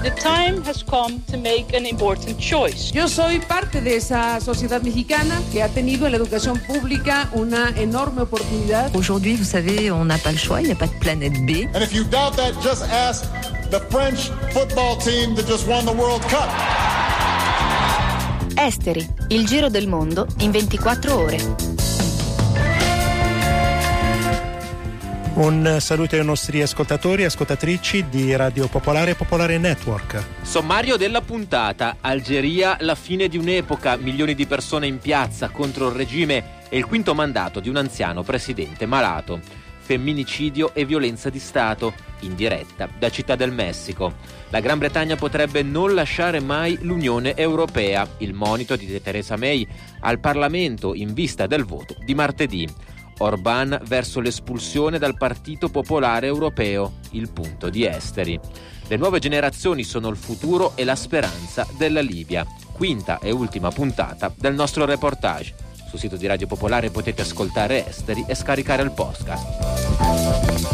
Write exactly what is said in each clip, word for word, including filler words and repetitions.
The time has come to make an important choice. Yo soy parte de esa sociedad mexicana que ha tenido en la educación pública una enorme oportunidad. Aujourd'hui, vous savez, on n'a pas le choix, il n'y a pas de planète B. And if you doubt that, just ask the French football team that just won the World Cup. Esteri, il giro del mondo in ventiquattro ore. Un saluto ai nostri ascoltatori e ascoltatrici di Radio Popolare e Popolare Network. Sommario della puntata: Algeria, la fine di un'epoca, milioni di persone in piazza contro il regime e il quinto mandato di un anziano presidente malato. Femminicidio e violenza di Stato, in diretta da Città del Messico. La Gran Bretagna potrebbe non lasciare mai l'Unione Europea, il monito di Theresa May al Parlamento in vista del voto di martedì. Orbán verso l'espulsione dal Partito Popolare Europeo, il punto di Esteri. Le nuove generazioni sono il futuro e la speranza della Libia. Quinta e ultima puntata del nostro reportage. Sul sito di Radio Popolare potete ascoltare Esteri e scaricare il podcast.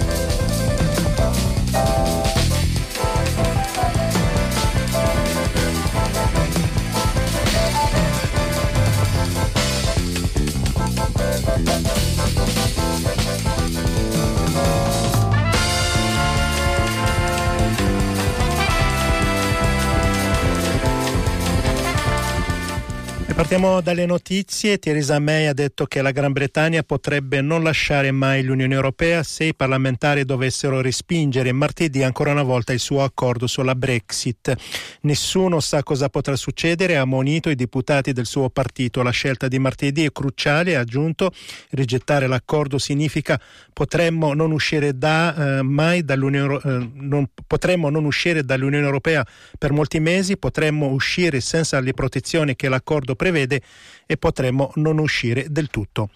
Partiamo dalle notizie. Theresa May ha detto che la Gran Bretagna potrebbe non lasciare mai l'Unione Europea se i parlamentari dovessero respingere martedì ancora una volta il suo accordo sulla Brexit. Nessuno sa cosa potrà succedere, ha ammonito i deputati del suo partito. La scelta di martedì è cruciale, ha aggiunto. Rigettare l'accordo significa potremmo non uscire da eh, mai dall'Unione eh, non, potremmo non uscire dall'Unione Europea per molti mesi, potremmo uscire senza le protezioni che l'accordo prevede e potremmo non uscire del tutto.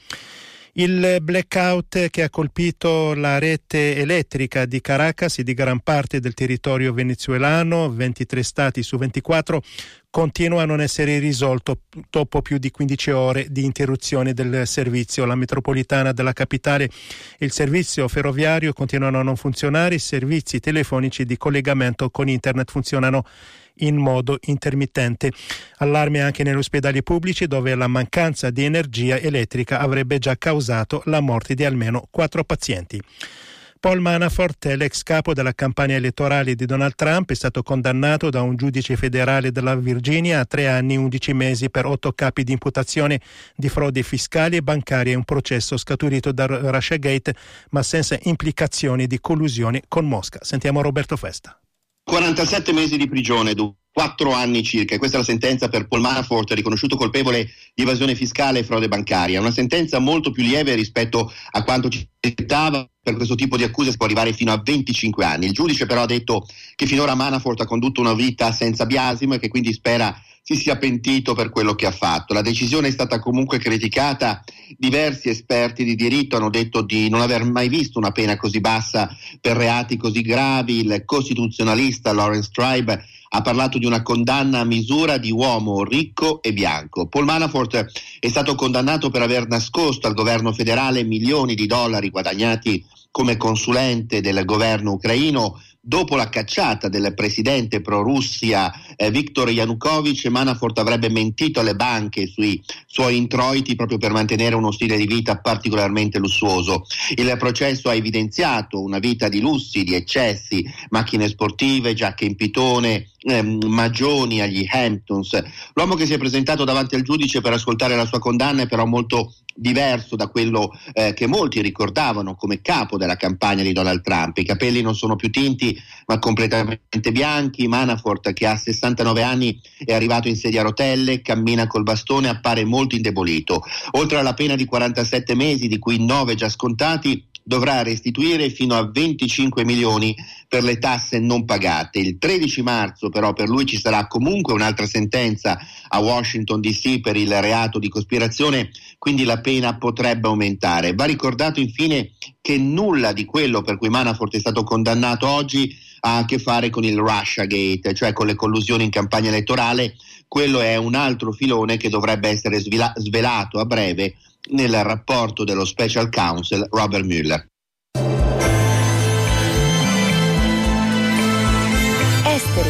Il blackout che ha colpito la rete elettrica di Caracas e di gran parte del territorio venezuelano, ventitré stati su ventiquattro, continua a non essere risolto dopo più di quindici ore di interruzione del servizio. La metropolitana della capitale e il servizio ferroviario continuano a non funzionare, i servizi telefonici di collegamento con internet funzionano in modo intermittente. Allarme anche negli ospedali pubblici, dove la mancanza di energia elettrica avrebbe già causato la morte di almeno quattro pazienti. Paul Manafort, l'ex capo della campagna elettorale di Donald Trump, è stato condannato da un giudice federale della Virginia a tre anni e undici mesi per otto capi di imputazione di frodi fiscali e bancarie, un processo scaturito da Russiagate ma senza implicazioni di collusione con Mosca. Sentiamo Roberto Festa. quarantasette mesi di prigione, quattro anni circa. Questa è la sentenza per Paul Manafort, riconosciuto colpevole di evasione fiscale e frode bancaria. Una sentenza molto più lieve rispetto a quanto ci aspettava. Per questo tipo di accuse si può arrivare fino a venticinque anni. Il giudice però ha detto che finora Manafort ha condotto una vita senza biasimo e che quindi spera si sia pentito per quello che ha fatto. La decisione è stata comunque criticata. Diversi esperti di diritto hanno detto di non aver mai visto una pena così bassa per reati così gravi. Il costituzionalista Lawrence Tribe ha parlato di una condanna a misura di uomo ricco e bianco. Paul Manafort è stato condannato per aver nascosto al governo federale milioni di dollari guadagnati come consulente del governo ucraino. Dopo la cacciata del presidente pro-Russia eh, Viktor Yanukovych, Manafort avrebbe mentito alle banche sui suoi introiti proprio per mantenere uno stile di vita particolarmente lussuoso. Il processo ha evidenziato una vita di lussi, di eccessi, macchine sportive, giacche in pitone, ehm, magioni agli Hamptons. L'uomo che si è presentato davanti al giudice per ascoltare la sua condanna è però molto diverso da quello eh, che molti ricordavano come capo della campagna di Donald Trump. I capelli non sono più tinti ma completamente bianchi. Manafort, che ha sessantanove anni, è arrivato in sedia a rotelle, cammina col bastone, appare molto indebolito. Oltre alla pena di quarantasette mesi, di cui nove già scontati, dovrà restituire fino a venticinque milioni per le tasse non pagate. Il tredici marzo però per lui ci sarà comunque un'altra sentenza a Washington D C per il reato di cospirazione, quindi la pena potrebbe aumentare. Va ricordato infine che nulla di quello per cui Manafort è stato condannato oggi ha a che fare con il Russiagate, cioè con le collusioni in campagna elettorale. Quello è un altro filone che dovrebbe essere svela- svelato a breve nel rapporto dello Special Counsel Robert Mueller. Esteri,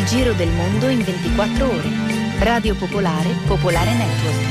giro del mondo in ventiquattro ore. Radio Popolare, Popolare Network.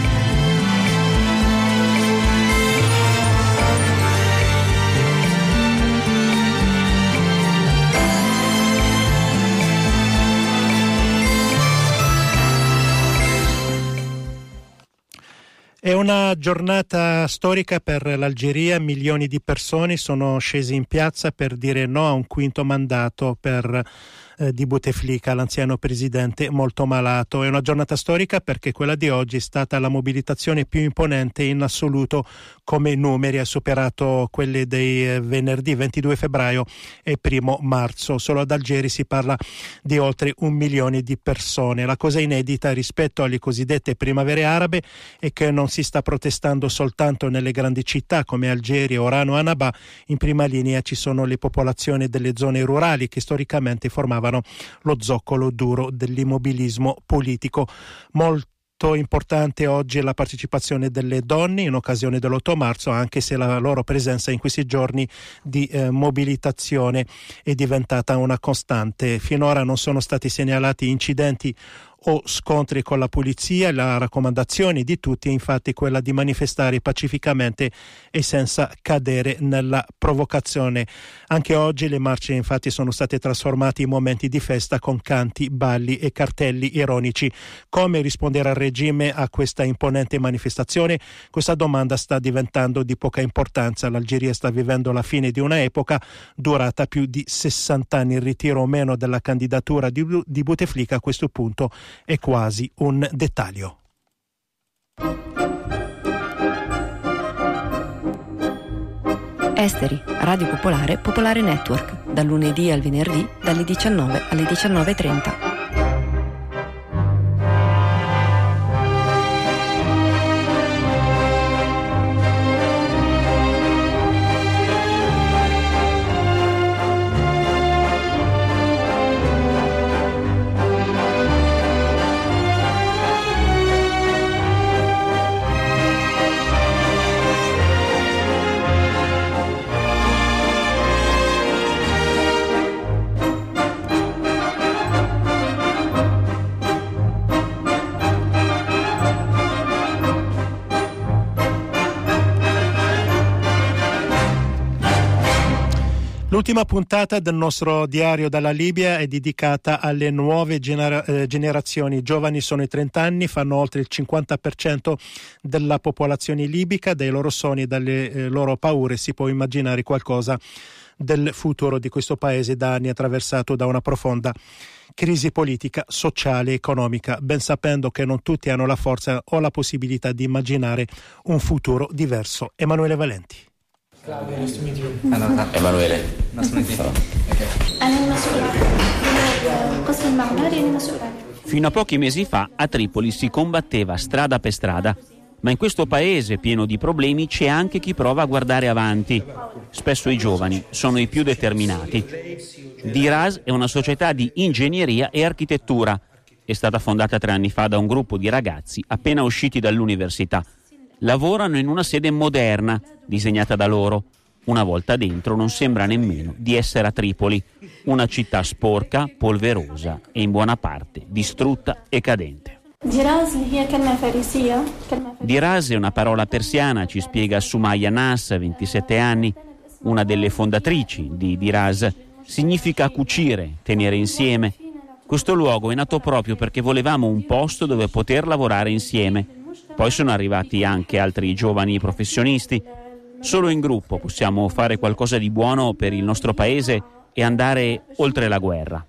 È una giornata storica per l'Algeria, milioni di persone sono scesi in piazza per dire no a un quinto mandato per eh, di Bouteflika, l'anziano presidente molto malato. È una giornata storica perché quella di oggi è stata la mobilitazione più imponente in assoluto come numeri, ha superato quelle dei eh, venerdì ventidue febbraio e primo marzo. Solo ad Algeri si parla di oltre un milione di persone. La cosa inedita rispetto alle cosiddette primavere arabe è che non si sta protestando soltanto nelle grandi città come Algeri, Oran o Annaba. In prima linea ci sono le popolazioni delle zone rurali che storicamente formavano lo zoccolo duro dell'immobilismo politico. Molto importante oggi è la partecipazione delle donne in occasione dell'otto marzo, anche se la loro presenza in questi giorni di eh, mobilitazione è diventata una costante. Finora non sono stati segnalati incidenti o scontri con la polizia. La raccomandazione di tutti è infatti quella di manifestare pacificamente e senza cadere nella provocazione. Anche oggi le marce infatti sono state trasformate in momenti di festa con canti, balli e cartelli ironici. Come rispondere al regime a questa imponente manifestazione? Questa domanda sta diventando di poca importanza. L'Algeria sta vivendo la fine di una epoca durata più di sessanta anni. Il ritiro o meno della candidatura di, di Bouteflika a questo punto è quasi un dettaglio. Esteri, Radio Popolare, Popolare Network, dal lunedì al venerdì, dalle diciannove alle diciannove e trenta. L'ultima puntata del nostro diario dalla Libia è dedicata alle nuove genera- eh, generazioni. I giovani sono i trenta anni, fanno oltre il cinquanta per cento della popolazione libica. Dai loro sogni e dalle eh, loro paure si può immaginare qualcosa del futuro di questo paese da anni attraversato da una profonda crisi politica, sociale e economica, ben sapendo che non tutti hanno la forza o la possibilità di immaginare un futuro diverso. Emanuele Valenti. Emanuele. Fino a pochi mesi fa a Tripoli si combatteva strada per strada, ma in questo paese pieno di problemi c'è anche chi prova a guardare avanti. Spesso i giovani sono i più determinati. Diraz è una società di ingegneria e architettura. È stata fondata tre anni fa da un gruppo di ragazzi appena usciti dall'università. Lavorano in una sede moderna, disegnata da loro. Una volta dentro non sembra nemmeno di essere a Tripoli, una città sporca, polverosa e in buona parte distrutta e cadente. Diraz è una parola persiana, ci spiega Sumaya Nas, ventisette anni, una delle fondatrici di Diraz. Significa cucire, tenere insieme. Questo luogo è nato proprio perché volevamo un posto dove poter lavorare insieme. Poi sono arrivati anche altri giovani professionisti. Solo in gruppo possiamo fare qualcosa di buono per il nostro paese e andare oltre la guerra.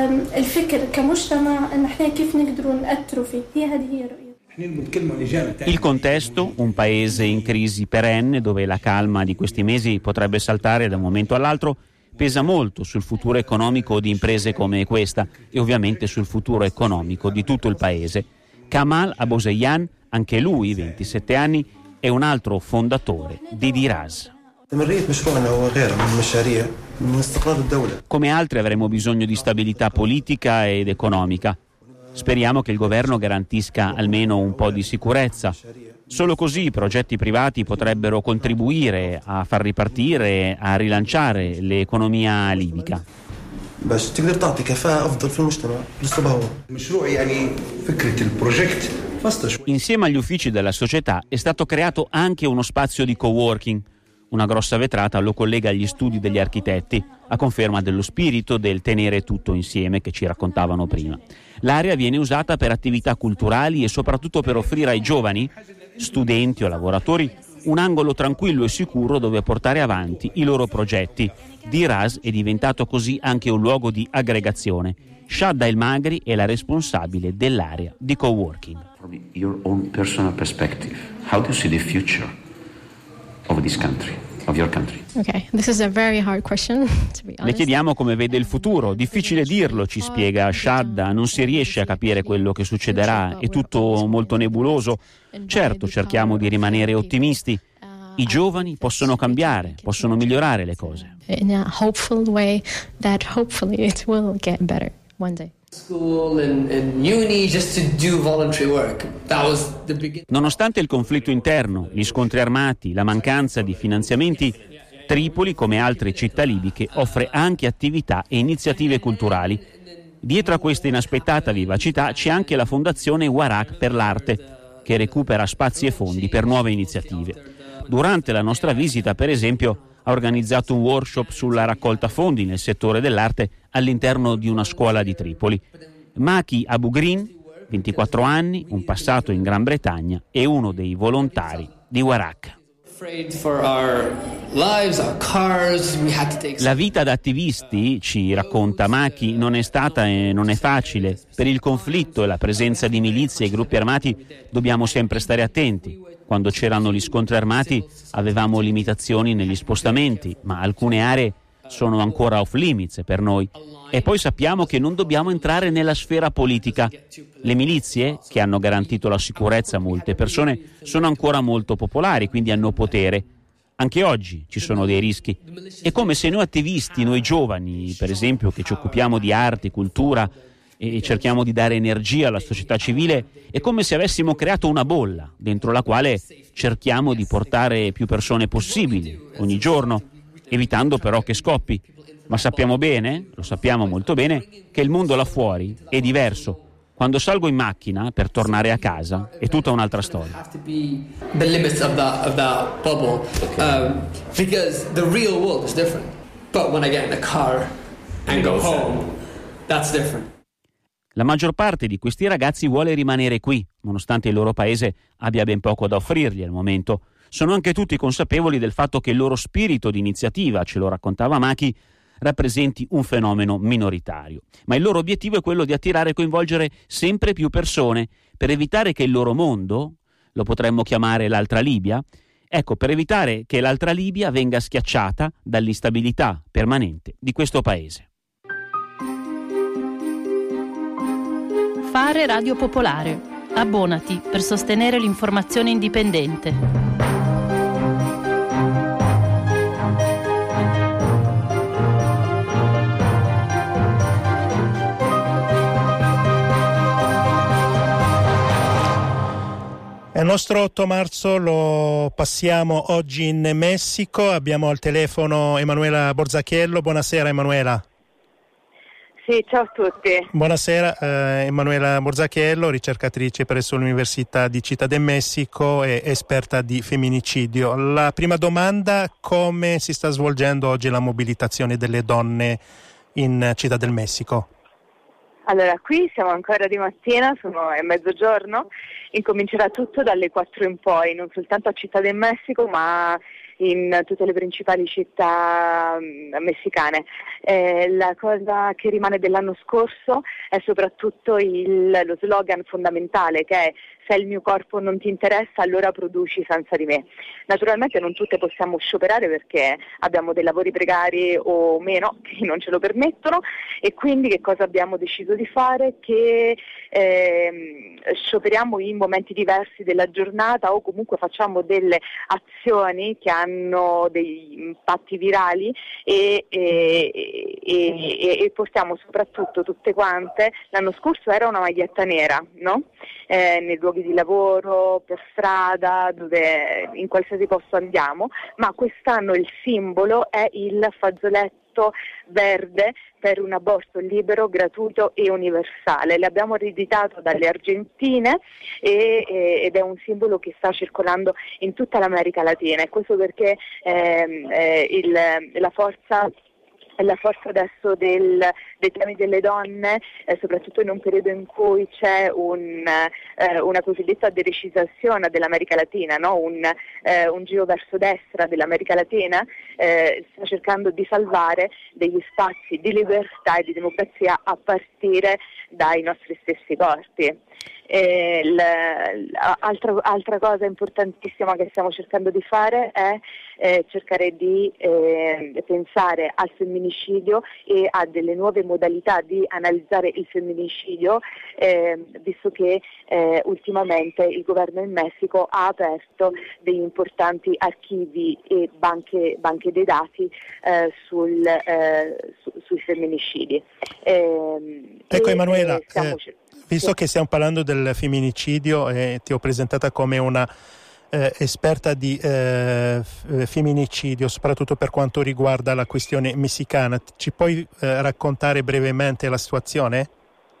Il contesto, un paese in crisi perenne dove la calma di questi mesi potrebbe saltare da un momento all'altro, pesa molto sul futuro economico di imprese come questa e ovviamente sul futuro economico di tutto il paese. Kamal Abouzeyan, anche lui, ventisette anni, è un altro fondatore di Diraz. Come altri avremo bisogno di stabilità politica ed economica. Speriamo che il governo garantisca almeno un po' di sicurezza. Solo così i progetti privati potrebbero contribuire a far ripartire, a rilanciare l'economia libica. باش تقدر تعطي كفاءة أفضل في المجتمع للصباح. المشروع يعني فكرة البروجكت. Insieme agli uffici della società è stato creato anche uno spazio di coworking. Una grossa vetrata lo collega agli studi degli architetti, a conferma dello spirito del tenere tutto insieme che ci raccontavano prima. L'area viene usata per attività culturali e soprattutto per offrire ai giovani, studenti o lavoratori, un angolo tranquillo e sicuro dove portare avanti i loro progetti. Diraz è diventato così anche un luogo di aggregazione. Shadda El Magri è la responsabile dell'area di coworking. From your own personal perspective, how do you see the future of this country, of your country? Okay, this is a very hard question, to be honest. Le chiediamo come vede il futuro. Difficile dirlo, ci spiega Shadda. Non si riesce a capire quello che succederà, è tutto molto nebuloso. Certo, cerchiamo di rimanere ottimisti. I giovani possono cambiare, possono migliorare le cose. In a hopeful way that hopefully it will get better one day. School and, and uni just to do voluntary work. That was the beginning. Nonostante il conflitto interno, gli scontri armati, la mancanza di finanziamenti, Tripoli, come altre città libiche, offre anche attività e iniziative culturali. Dietro a questa inaspettata vivacità c'è anche la fondazione Warak per l'arte, che recupera spazi e fondi per nuove iniziative. Durante la nostra visita, per esempio, ha organizzato un workshop sulla raccolta fondi nel settore dell'arte all'interno di una scuola di Tripoli. Maki Abu Green, ventiquattro anni, un passato in Gran Bretagna, è uno dei volontari di Warak. La vita da attivisti, ci racconta Maki, non è stata e non è facile. Per il conflitto e la presenza di milizie e gruppi armati dobbiamo sempre stare attenti. Quando c'erano gli scontri armati avevamo limitazioni negli spostamenti, ma alcune aree sono ancora off limits per noi. E poi sappiamo che non dobbiamo entrare nella sfera politica. Le milizie, che hanno garantito la sicurezza a molte persone, sono ancora molto popolari, quindi hanno potere. Anche oggi ci sono dei rischi. È come se noi attivisti, noi giovani, per esempio, che ci occupiamo di arte, cultura e cerchiamo di dare energia alla società civile, è come se avessimo creato una bolla dentro la quale cerchiamo di portare più persone possibili ogni giorno, evitando però che scoppi. Ma sappiamo bene, lo sappiamo molto bene, che il mondo là fuori è diverso. Quando salgo in macchina per tornare a casa è tutta un'altra storia. The limits of that of that bubble, um, because the real world is different. But when I get in the car and go home, that's different. La maggior parte di questi ragazzi vuole rimanere qui, nonostante il loro paese abbia ben poco da offrirgli al momento. Sono anche tutti consapevoli del fatto che il loro spirito di iniziativa, ce lo raccontava Maki, rappresenti un fenomeno minoritario. Ma il loro obiettivo è quello di attirare e coinvolgere sempre più persone per evitare che il loro mondo, lo potremmo chiamare l'altra Libia, ecco, per evitare che l'altra Libia venga schiacciata dall'instabilità permanente di questo paese. Fare Radio Popolare. Abbonati per sostenere l'informazione indipendente. Il nostro otto marzo lo passiamo oggi in Messico. Abbiamo al telefono Emanuela Borzacchiello. Buonasera Emanuela. Sì, ciao a tutti. Buonasera, eh, Emanuela Borzacchiello, ricercatrice presso l'Università di Città del Messico e esperta di femminicidio. La prima domanda: come si sta svolgendo oggi la mobilitazione delle donne in Città del Messico? Allora, qui siamo ancora di mattina, sono è mezzogiorno, incomincerà tutto dalle quattro in poi, non soltanto a Città del Messico, ma in tutte le principali città messicane. Eh, la cosa che rimane dell'anno scorso è soprattutto il, lo slogan fondamentale, che è: se il mio corpo non ti interessa, allora produci senza di me. Naturalmente non tutte possiamo scioperare perché abbiamo dei lavori precari o meno che non ce lo permettono, e quindi che cosa abbiamo deciso di fare? Che eh, scioperiamo in momenti diversi della giornata, o comunque facciamo delle azioni che hanno dei impatti virali e, e, e, e portiamo soprattutto tutte quante. L'anno scorso era una maglietta nera, no? Eh, nei luoghi di lavoro, per strada, dove in qualsiasi posto andiamo, ma quest'anno il simbolo è il fazzoletto voto verde per un aborto libero, gratuito e universale. L'abbiamo ereditato dalle argentine e, e, ed è un simbolo che sta circolando in tutta l'America Latina, e questo perché ehm, eh, il, la forza la forza adesso del, dei temi delle donne, eh, soprattutto in un periodo in cui c'è un, eh, una cosiddetta derecizzazione dell'America Latina, no? un, eh, un giro verso destra dell'America Latina, eh, sta cercando di salvare degli spazi di libertà e di democrazia a partire dai nostri stessi corpi. E l'altra, altra cosa importantissima che stiamo cercando di fare è eh, cercare di eh, pensare al femminicidio e a delle nuove modalità di analizzare il femminicidio, eh, visto che eh, ultimamente il governo in Messico ha aperto degli importanti archivi e banche, banche dei dati eh, sul, eh, su, sui femminicidi. Eh, ecco e, Emanuela, eh, stiamo, eh, visto che stiamo parlando del femminicidio e eh, ti ho presentata come una eh, esperta di eh, femminicidio, soprattutto per quanto riguarda la questione messicana, ci puoi eh, raccontare brevemente la situazione?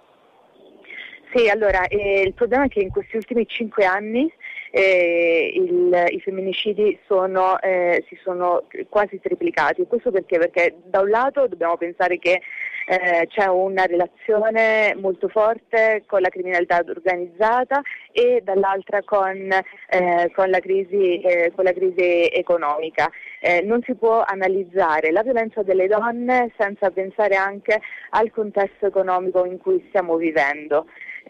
Sì, allora eh, il problema è che in questi ultimi cinque anni eh, il, i femminicidi sono, eh, si sono quasi triplicati. Questo perché? Perché da un lato dobbiamo pensare che eh, c'è una relazione molto forte con la criminalità organizzata e dall'altra con, eh, con, la, crisi, eh, con la crisi economica. Eh, non si può analizzare la violenza delle donne senza pensare anche al contesto economico in cui stiamo vivendo.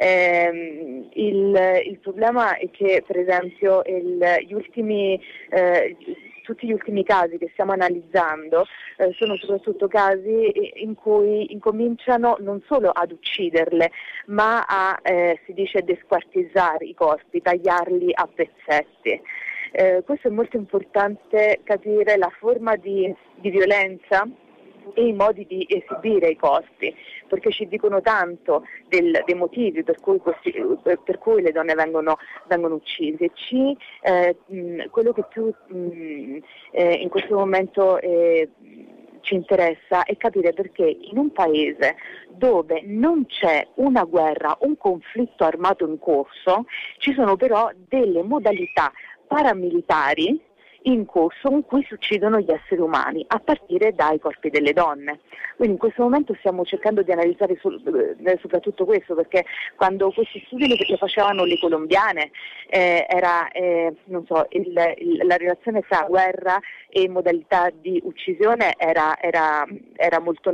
Eh, il, il problema è che, per esempio, il, gli ultimi, eh, tutti gli ultimi casi che stiamo analizzando eh, sono soprattutto casi in cui incominciano non solo ad ucciderle, ma a, eh, si dice, desquartizzare i corpi, tagliarli a pezzetti. Eh, questo è molto importante capire la forma di, di violenza e i modi di esibire i corpi, perché ci dicono tanto del, dei motivi per cui, questi, per cui le donne vengono, vengono uccise. Ci, eh, mh, quello che più mh, eh, in questo momento eh, ci interessa è capire perché in un paese dove non c'è una guerra, un conflitto armato in corso, ci sono però delle modalità paramilitari in corso in cui si uccidono gli esseri umani, a partire dai corpi delle donne. Quindi in questo momento stiamo cercando di analizzare so, eh, soprattutto questo, perché quando questi studi li facevano le colombiane eh, era eh, non so, il, il, la relazione fra guerra e modalità di uccisione era, era, era molto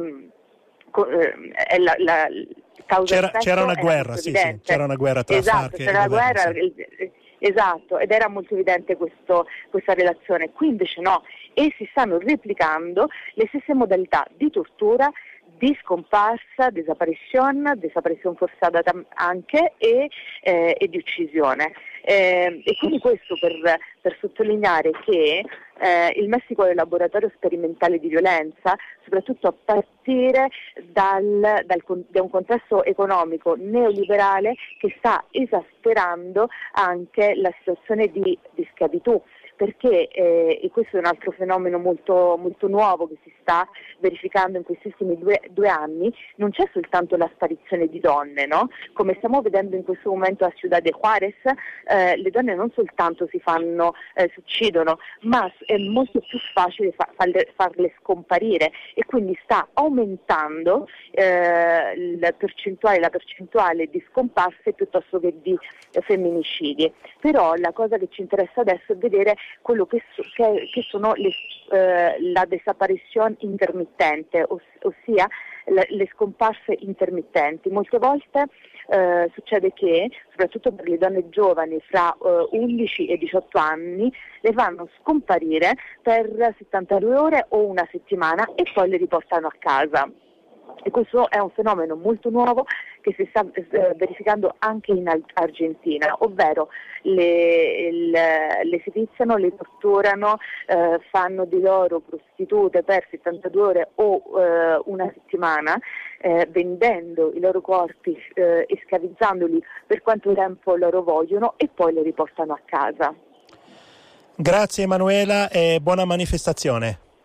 eh, la, la causa c'era, c'era una guerra, sì, sì, c'era una guerra tra esatto, Farc e c'era il la governo, guerra, sì. Esatto, ed era molto evidente questo, questa relazione. Qui invece no, e si stanno replicando le stesse modalità di tortura, di scomparsa, desaparizione, desaparizione forzata anche e, eh, e di uccisione. Eh, e quindi questo per, per sottolineare che eh, il Messico è un laboratorio sperimentale di violenza, soprattutto a partire dal, dal, da un contesto economico neoliberale che sta esasperando anche la situazione di, di schiavitù. Perché, eh, e questo è un altro fenomeno molto, molto nuovo che si sta verificando in questi ultimi due, due anni, non c'è soltanto la sparizione di donne, no? Come stiamo vedendo in questo momento a Ciudad de Juárez, eh, le donne non soltanto si fanno, eh, si uccidono, ma è molto più facile fa- farle, farle scomparire, e quindi sta aumentando eh, il percentuale, la percentuale di scomparse piuttosto che di eh, femminicidi. Però la cosa che ci interessa adesso è vedere quello che, so, che, che sono le, eh, la desapparizione intermittente, os, ossia le, le scomparse intermittenti. Molte volte eh, succede che, soprattutto per le donne giovani fra eh, undici e diciotto anni, le fanno scomparire per settantadue ore o una settimana e poi le riportano a casa. E questo è un fenomeno molto nuovo che si sta eh, verificando anche in Argentina, ovvero le, le, le seviziano, le torturano, eh, fanno di loro prostitute per settantadue ore o eh, una settimana, eh, vendendo i loro corpi eh, e schiavizzandoli per quanto tempo loro vogliono, e poi le riportano a casa. Grazie Emanuela e buona manifestazione.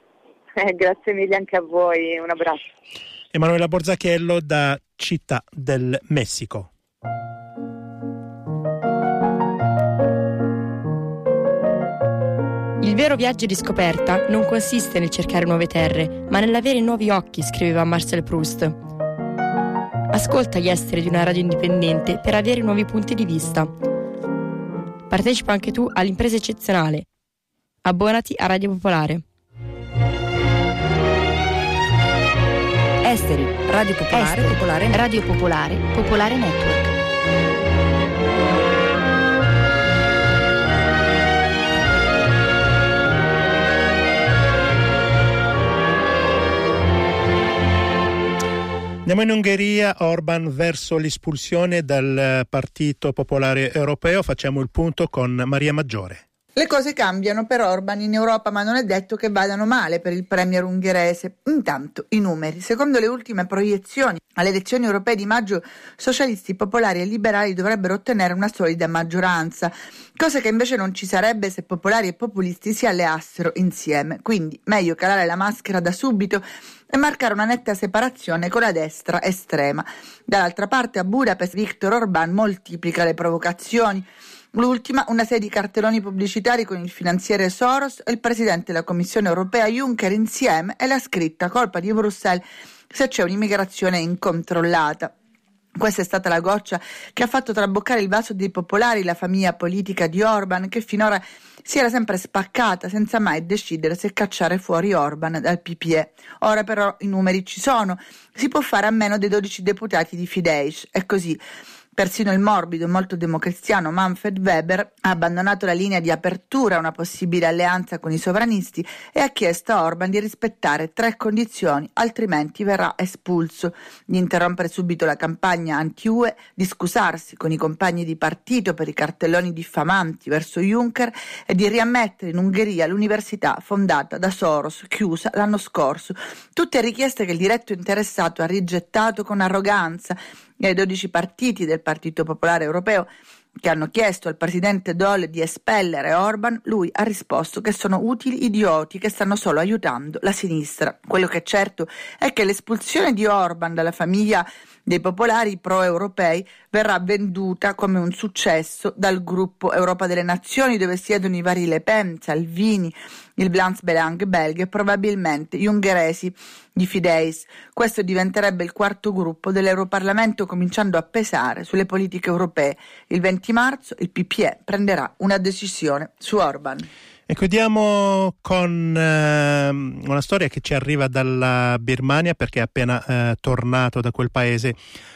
Eh, grazie mille anche a voi, un abbraccio. Emanuela Borzacchiello da Città del Messico. Il vero viaggio di scoperta non consiste nel cercare nuove terre, ma nell'avere nuovi occhi, scriveva Marcel Proust. Ascolta gli esteri di una radio indipendente per avere nuovi punti di vista. Partecipa anche tu all'impresa eccezionale. Abbonati a Radio Popolare. Esteri, Radio Popolare, Esteri. Popolare, Radio Popolare, Popolare Network. Andiamo in Ungheria, Orban verso l'espulsione dal Partito Popolare Europeo. Facciamo il punto con Maria Maggiore. Le cose cambiano per Orban in Europa, ma non è detto che vadano male per il premier ungherese. Intanto, i numeri. Secondo le ultime proiezioni, alle elezioni europee di maggio, socialisti, popolari e liberali dovrebbero ottenere una solida maggioranza, cosa che invece non ci sarebbe se popolari e populisti si alleassero insieme. Quindi, meglio calare la maschera da subito e marcare una netta separazione con la destra estrema. Dall'altra parte, a Budapest, Viktor Orbán moltiplica le provocazioni. L'ultima, una serie di cartelloni pubblicitari con il finanziere Soros e il presidente della Commissione europea Juncker insieme e la scritta "colpa di Bruxelles se c'è un'immigrazione incontrollata". Questa è stata la goccia che ha fatto traboccare il vaso dei popolari, la famiglia politica di Orban, che finora si era sempre spaccata senza mai decidere se cacciare fuori Orban dal P P E. Ora però i numeri ci sono, si può fare a meno dei dodici deputati di Fidesz. È così. Persino il morbido e molto democristiano Manfred Weber ha abbandonato la linea di apertura a una possibile alleanza con i sovranisti e ha chiesto a Orban di rispettare tre condizioni, altrimenti verrà espulso: di interrompere subito la campagna anti-U E, di scusarsi con i compagni di partito per i cartelloni diffamanti verso Juncker e di riammettere in Ungheria l'università fondata da Soros, chiusa l'anno scorso. Tutte richieste che il diretto interessato ha rigettato con arroganza. E ai dodici partiti del Partito Popolare Europeo che hanno chiesto al presidente Daul di espellere Orban, lui ha risposto che sono utili idioti che stanno solo aiutando la sinistra. Quello che è certo è che l'espulsione di Orban dalla famiglia dei popolari pro-europei verrà venduta come un successo dal gruppo Europa delle Nazioni, dove siedono i vari Le Pen, Salvini, il Vlaams-Belang belga e probabilmente gli ungheresi di Fidesz. Questo diventerebbe il quarto gruppo dell'Europarlamento, cominciando a pesare sulle politiche europee. Il venti marzo il P P E prenderà una decisione su Orban. E chiudiamo con eh, una storia che ci arriva dalla Birmania, perché è appena eh, tornato da quel paese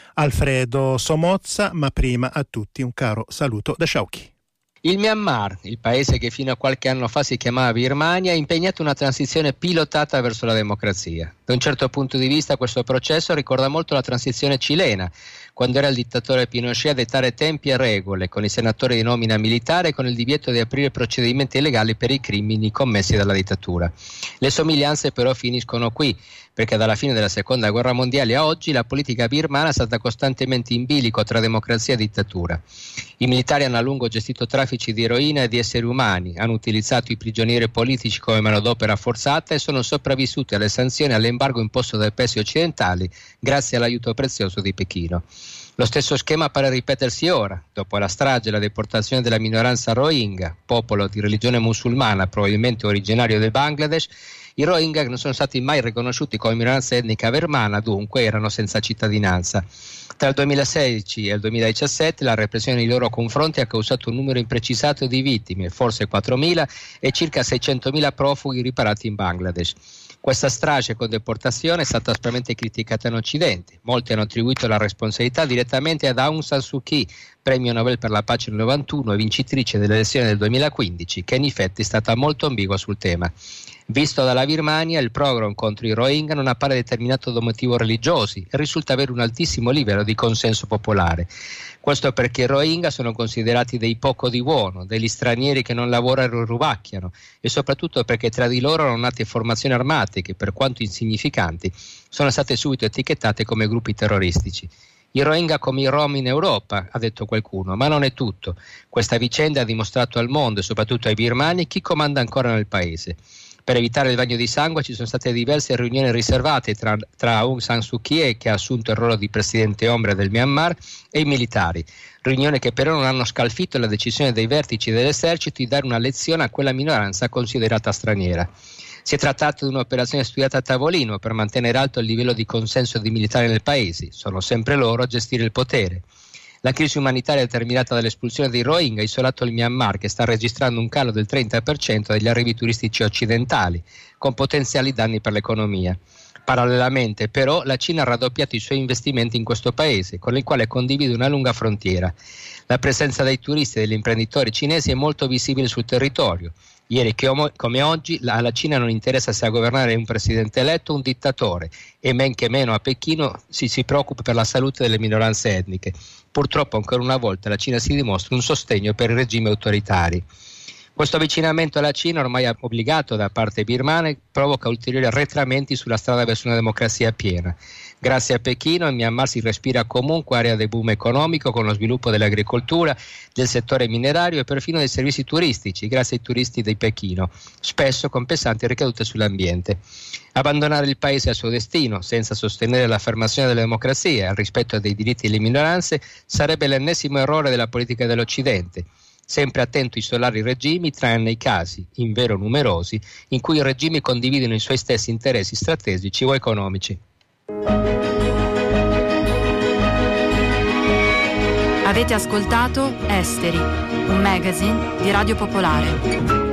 Alfredo Somozza, ma prima a tutti un caro saluto da Sciauchi. Il Myanmar, il paese che fino a qualche anno fa si chiamava Birmania, ha impegnato una transizione pilotata verso la democrazia. Da un certo punto di vista questo processo ricorda molto la transizione cilena, quando era il dittatore Pinochet a dettare tempi e regole, con i senatori di nomina militare e con il divieto di aprire procedimenti legali per i crimini commessi dalla dittatura. Le somiglianze però finiscono qui, perché dalla fine della seconda guerra mondiale a oggi la politica birmana è stata costantemente in bilico tra democrazia e dittatura. I militari hanno a lungo gestito traffici di eroina e di esseri umani, hanno utilizzato i prigionieri politici come manodopera forzata e sono sopravvissuti alle sanzioni e all'embargo imposto dai paesi occidentali grazie all'aiuto prezioso di Pechino. Lo stesso schema pare ripetersi ora, dopo la strage e la deportazione della minoranza Rohingya, popolo di religione musulmana probabilmente originario del Bangladesh. I Rohingya non sono stati mai riconosciuti come minoranza etnica birmana, dunque erano senza cittadinanza. Tra il duemilasedici e il duemiladiciassette la repressione nei loro confronti ha causato un numero imprecisato di vittime, forse quattromila, e circa seicentomila profughi riparati in Bangladesh. Questa strage con deportazione è stata aspramente criticata in Occidente. Molti hanno attribuito la responsabilità direttamente ad Aung San Suu Kyi, premio Nobel per la pace nel novantuno e vincitrice delle elezioni del duemilaquindici, che in effetti è stata molto ambigua sul tema. Visto dalla Birmania, il pogrom contro i Rohingya non appare determinato da motivi religiosi e risulta avere un altissimo livello di consenso popolare. Questo perché i Rohingya sono considerati dei poco di buono, degli stranieri che non lavorano e rubacchiano, e soprattutto perché tra di loro hanno nate formazioni armate che, per quanto insignificanti, sono state subito etichettate come gruppi terroristici. I Rohingya come i Rom in Europa, ha detto qualcuno, ma non è tutto. Questa vicenda ha dimostrato al mondo e soprattutto ai birmani chi comanda ancora nel paese. Per evitare il bagno di sangue ci sono state diverse riunioni riservate tra, tra Aung San Suu Kyi, che ha assunto il ruolo di presidente ombra del Myanmar, e i militari. Riunioni che però non hanno scalfito la decisione dei vertici dell'esercito di dare una lezione a quella minoranza considerata straniera. Si è trattato di un'operazione studiata a tavolino per mantenere alto il livello di consenso dei militari nel paese. Sono sempre loro a gestire il potere. La crisi umanitaria determinata dall'espulsione dei Rohingya ha isolato il Myanmar, che sta registrando un calo del trenta per cento degli arrivi turistici occidentali, con potenziali danni per l'economia. Parallelamente, però, la Cina ha raddoppiato i suoi investimenti in questo paese, con il quale condivide una lunga frontiera. La presenza dei turisti e degli imprenditori cinesi è molto visibile sul territorio. Ieri come oggi alla Cina non interessa se a governare un presidente eletto o un dittatore, e men che meno a Pechino si, si preoccupa per la salute delle minoranze etniche. Purtroppo ancora una volta la Cina si dimostra un sostegno per i regimi autoritari. Questo avvicinamento alla Cina, ormai obbligato da parte birmana, provoca ulteriori arretramenti sulla strada verso una democrazia piena. Grazie a Pechino in Myanmar si respira comunque area di boom economico, con lo sviluppo dell'agricoltura, del settore minerario e perfino dei servizi turistici, grazie ai turisti di Pechino, spesso con pesanti ricadute sull'ambiente. Abbandonare il paese al suo destino, senza sostenere l'affermazione della democrazia e il rispetto dei diritti delle minoranze, sarebbe l'ennesimo errore della politica dell'Occidente. Sempre attento a isolare i regimi, tranne i casi, invero numerosi, in cui i regimi condividono i suoi stessi interessi strategici o economici. Avete ascoltato Esteri, un magazine di Radio Popolare.